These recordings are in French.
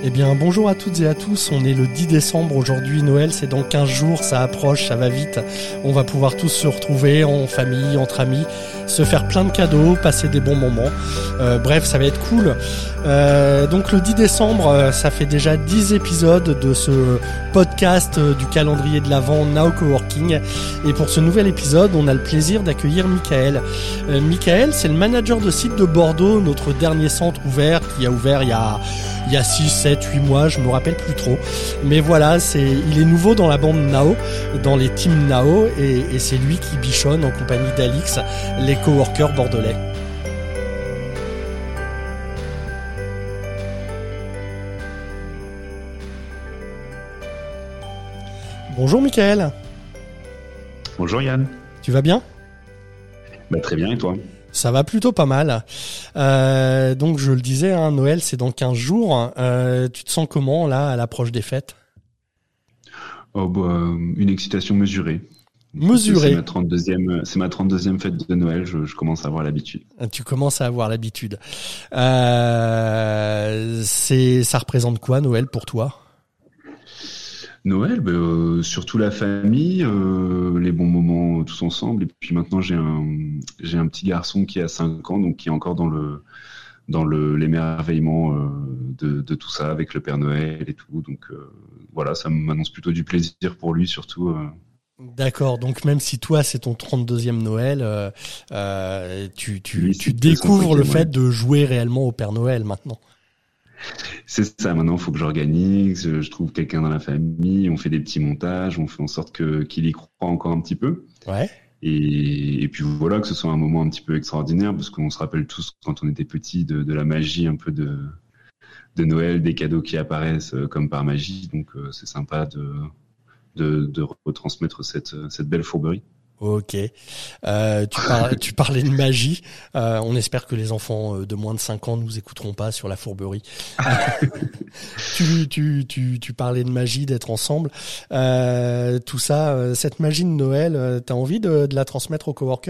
Eh bien, bonjour à toutes et à tous, on est le 10 décembre aujourd'hui, Noël c'est dans 15 jours, ça approche, ça va vite, on va pouvoir tous se retrouver en famille, entre amis, se faire plein de cadeaux, passer des bons moments, bref ça va être cool. Donc le 10 décembre, ça fait déjà 10 épisodes de ce podcast du calendrier de l'Avent Now Coworking, et pour ce nouvel épisode, on a le plaisir d'accueillir Michael. Michael, c'est le manager de site de Bordeaux, notre dernier centre ouvert, qui a ouvert il y a 6, 7, 8 mois, je me rappelle plus trop. Mais voilà, il est nouveau dans la bande Nao, dans les teams Nao, et c'est lui qui bichonne en compagnie d'Alix, les coworkers bordelais. Bonjour Michael. Bonjour Yann. Tu vas bien ? Très bien, et toi ? Ça va plutôt pas mal. Donc je le disais, hein, Noël c'est dans 15 jours. Tu te sens comment là à l'approche des fêtes ? Une excitation mesurée. Mesurée. C'est ma 32e fête de Noël, je commence à avoir l'habitude. Tu commences à avoir l'habitude. Ça représente quoi Noël pour toi ? Noël, surtout la famille, les bons moments tous ensemble. Et puis maintenant, j'ai un petit garçon qui a 5 ans, donc qui est encore dans l'émerveillement de tout ça, avec le Père Noël et tout. Donc voilà, ça m'annonce plutôt du plaisir pour lui, surtout. D'accord, donc même si toi c'est ton 32e Noël, tu découvres le fait de jouer réellement au Père Noël maintenant. C'est ça, maintenant il faut que j'organise, je trouve quelqu'un dans la famille, on fait des petits montages, on fait en sorte qu'il y croit encore un petit peu. Ouais. Et puis voilà, que ce soit un moment un petit peu extraordinaire, parce qu'on se rappelle tous quand on était petits de la magie un peu de Noël, des cadeaux qui apparaissent comme par magie, donc c'est sympa de retransmettre cette belle fourberie. Ok. Tu parlais de magie. On espère que les enfants de moins de 5 ans nous écouteront pas sur la fourberie. Tu parlais de magie, d'être ensemble. Tout ça, cette magie de Noël, t'as envie de la transmettre aux coworkers ?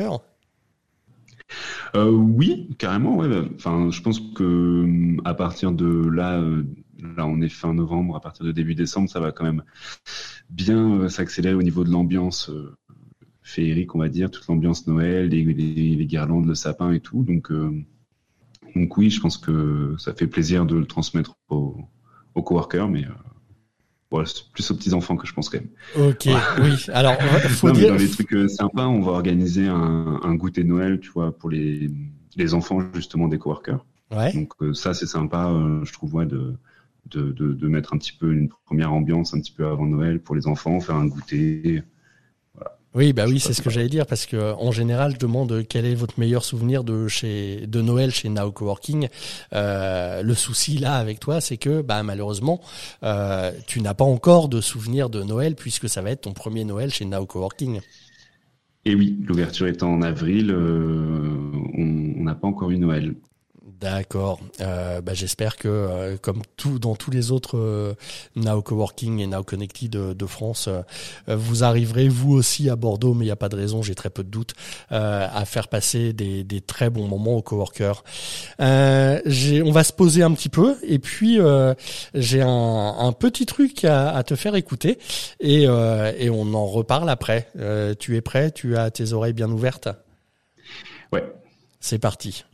Oui, carrément. Ouais. Enfin, je pense que à partir de là on est fin novembre, à partir de début décembre, ça va quand même bien s'accélérer au niveau de l'ambiance. Féerique, on va dire, toute l'ambiance Noël, les guirlandes, le sapin et tout. Donc oui, je pense que ça fait plaisir de le transmettre aux coworkers, mais c'est plus aux petits-enfants que je pense quand même. Ok, ouais. Oui. Alors, faut mais dire... dans les trucs sympas, on va organiser un goûter de Noël, tu vois, pour les enfants, justement, des coworkers. Ouais. Donc ça, c'est sympa, je trouve, ouais, de mettre un petit peu une première ambiance un petit peu avant Noël pour les enfants, faire un goûter... Oui, bah oui, c'est ce que j'allais dire, parce que en général, je demande quel est votre meilleur souvenir de Noël chez Now Coworking. Le souci là avec toi, c'est que malheureusement, tu n'as pas encore de souvenir de Noël puisque ça va être ton premier Noël chez Now Coworking. Et oui, l'ouverture étant en avril, on n'a pas encore eu Noël. D'accord. J'espère que comme dans tous les autres Now Coworking et Now Connected de France, vous arriverez vous aussi à Bordeaux, mais il n'y a pas de raison, j'ai très peu de doutes, à faire passer des très bons moments aux coworkers. On va se poser un petit peu et puis j'ai un petit truc à te faire écouter et on en reparle après. Tu es prêt ? Tu as tes oreilles bien ouvertes ? Ouais. C'est parti.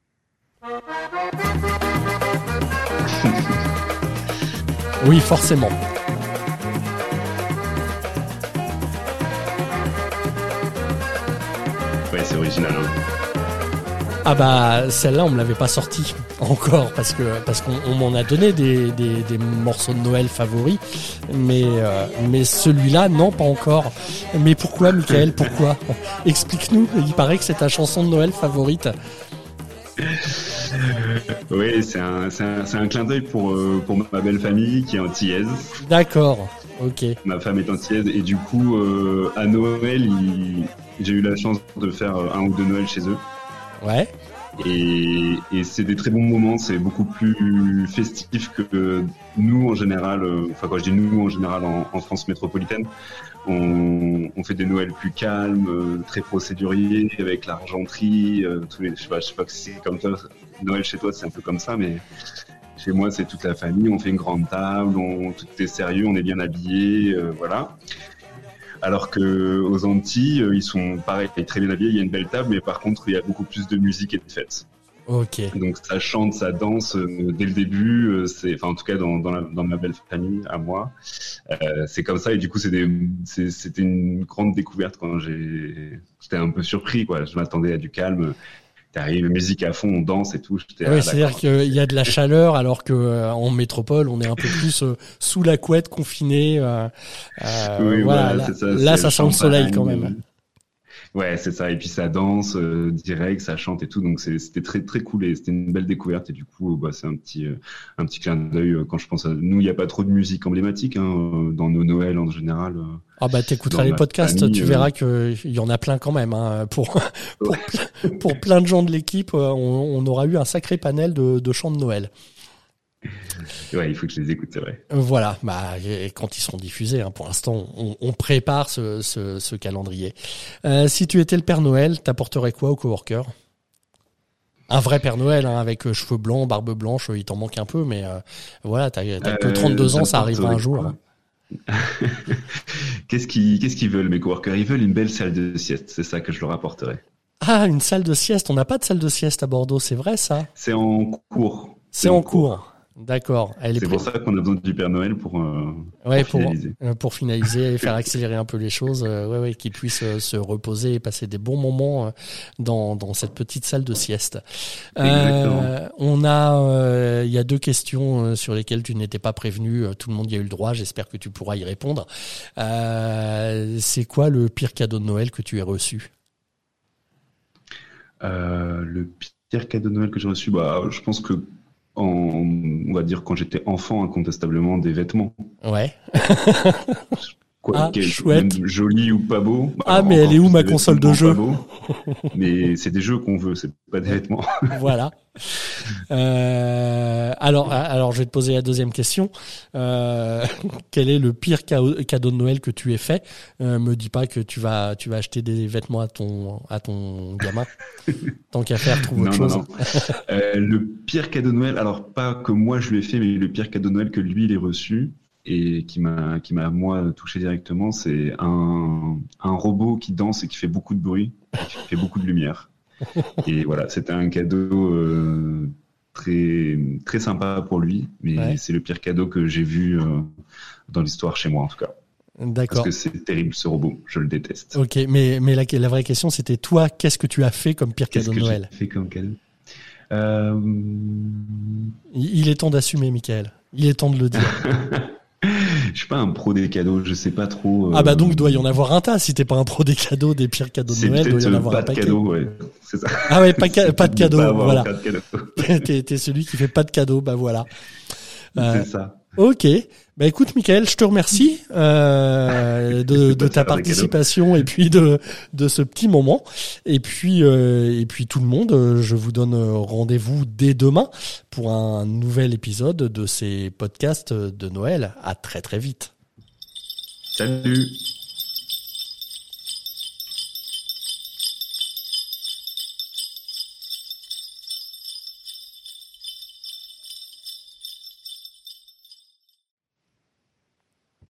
Oui, forcément. Ouais, c'est original. Ah celle-là on me l'avait pas sortie encore parce qu'on m'en a donné des morceaux de Noël favoris, mais celui-là non, pas encore. Mais pourquoi, Michael, pourquoi ? Explique-nous. Il paraît que c'est ta chanson de Noël favorite. Oui, c'est un clin d'œil pour ma belle famille qui est antillaise. D'accord, ok. Ma femme est antillaise et du coup, à Noël, j'ai eu la chance de faire un ou deux Noëls chez eux. Ouais. Et c'est des très bons moments, c'est beaucoup plus festif que nous en général, quand je dis nous en général en France métropolitaine, on fait des Noëls plus calmes, très procéduriers, avec l'argenterie, je sais pas si c'est comme toi, Noël chez toi c'est un peu comme ça, mais Chez moi, c'est toute la famille, on fait une grande table, tout est sérieux, on est bien habillés, voilà. Alors que aux Antilles, ils sont pareil, très bien habillés, il y a une belle table, mais par contre, il y a beaucoup plus de musique et de fêtes. Ok. Donc ça chante, ça danse dès le début. En tout cas dans ma belle famille à moi, c'est comme ça. Et du coup, c'était une grande découverte quand j'étais un peu surpris, quoi. Je m'attendais à du calme. T'arrives, musique à fond, on danse et tout. Oui, c'est-à-dire qu'il y a de la chaleur, alors que en métropole, on est un peu plus sous la couette, confiné. Oui, voilà. Là, ça sent le soleil quand même. Ouais, c'est ça. Et puis ça danse direct, ça chante et tout. Donc c'était très très cool et c'était une belle découverte. Et du coup, c'est un petit clin d'œil quand je pense à nous. Il n'y a pas trop de musique emblématique dans nos Noëls en général. Ah bah t'écouteras les podcasts, famille, tu verras que il y en a plein quand même. Hein. Pour plein de gens de l'équipe, on aura eu un sacré panel de chants de Noël. Ouais, il faut que je les écoute, c'est vrai. Voilà, et quand ils seront diffusés, hein, pour l'instant, on prépare ce calendrier. Si tu étais le Père Noël, t'apporterais quoi au coworker ? Un vrai Père Noël, hein, avec cheveux blancs, barbe blanche, il t'en manque un peu, mais voilà, t'as que 32 ans, ça arrivera un jour. Qu'est-ce qu'ils veulent, mes coworkers ? Ils veulent une belle salle de sieste, c'est ça que je leur apporterai. Ah, une salle de sieste, on n'a pas de salle de sieste à Bordeaux, c'est vrai ça ? C'est en cours. C'est en cours. D'accord. C'est pour ça qu'on a besoin du Père Noël pour finaliser. Pour finaliser et faire accélérer un peu les choses, qu'ils puissent se reposer et passer des bons moments dans cette petite salle de sieste. Il y a 2 questions sur lesquelles tu n'étais pas prévenu. Tout le monde y a eu le droit. J'espère que tu pourras y répondre. C'est quoi le pire cadeau de Noël que tu aies reçu ? Le pire cadeau de Noël que j'ai reçu, je pense que on va dire quand j'étais enfant, incontestablement des vêtements. Ouais. Chouette. Même joli ou pas beau. Mais elle est où ma console de jeu ? Mais c'est des jeux qu'on veut, c'est pas des vêtements. Voilà. Alors, je vais te poser la deuxième question. Quel est le pire cadeau de Noël que tu aies fait ? Me dis pas que tu vas acheter des vêtements à ton gamin. Tant qu'à faire, trouve autre chose. Non. Le pire cadeau de Noël, alors pas que moi je lui ai fait, mais le pire cadeau de Noël que lui il ait reçu et qui m'a moi touché directement, c'est un robot qui danse et qui fait beaucoup de bruit, qui fait beaucoup de lumière. Et voilà, c'était un cadeau très très sympa pour lui, mais c'est le pire cadeau que j'ai vu dans l'histoire chez moi en tout cas. D'accord. Parce que c'est terrible ce robot, je le déteste. Ok, mais la vraie question c'était toi, qu'est-ce que tu as fait comme pire cadeau de Noël ? Qu'est-ce que j'ai fait comme cadeau ? Il est temps d'assumer, Michael. Il est temps de le dire. Je suis pas un pro des cadeaux, je sais pas trop. Donc il doit y en avoir un tas. Si t'es pas un pro des cadeaux, des pires cadeaux de Noël, il doit y en avoir un paquet. Pas de cadeaux, ouais, c'est ça. Ah ouais, pas de cadeaux, voilà. Pas de cadeaux. T'es celui qui fait pas de cadeaux, voilà. C'est ça. Ok. Écoute, Michael, je te remercie de ta participation et puis de ce petit moment. Et puis tout le monde, je vous donne rendez-vous dès demain pour un nouvel épisode de ces podcasts de Noël. À très très vite. Salut.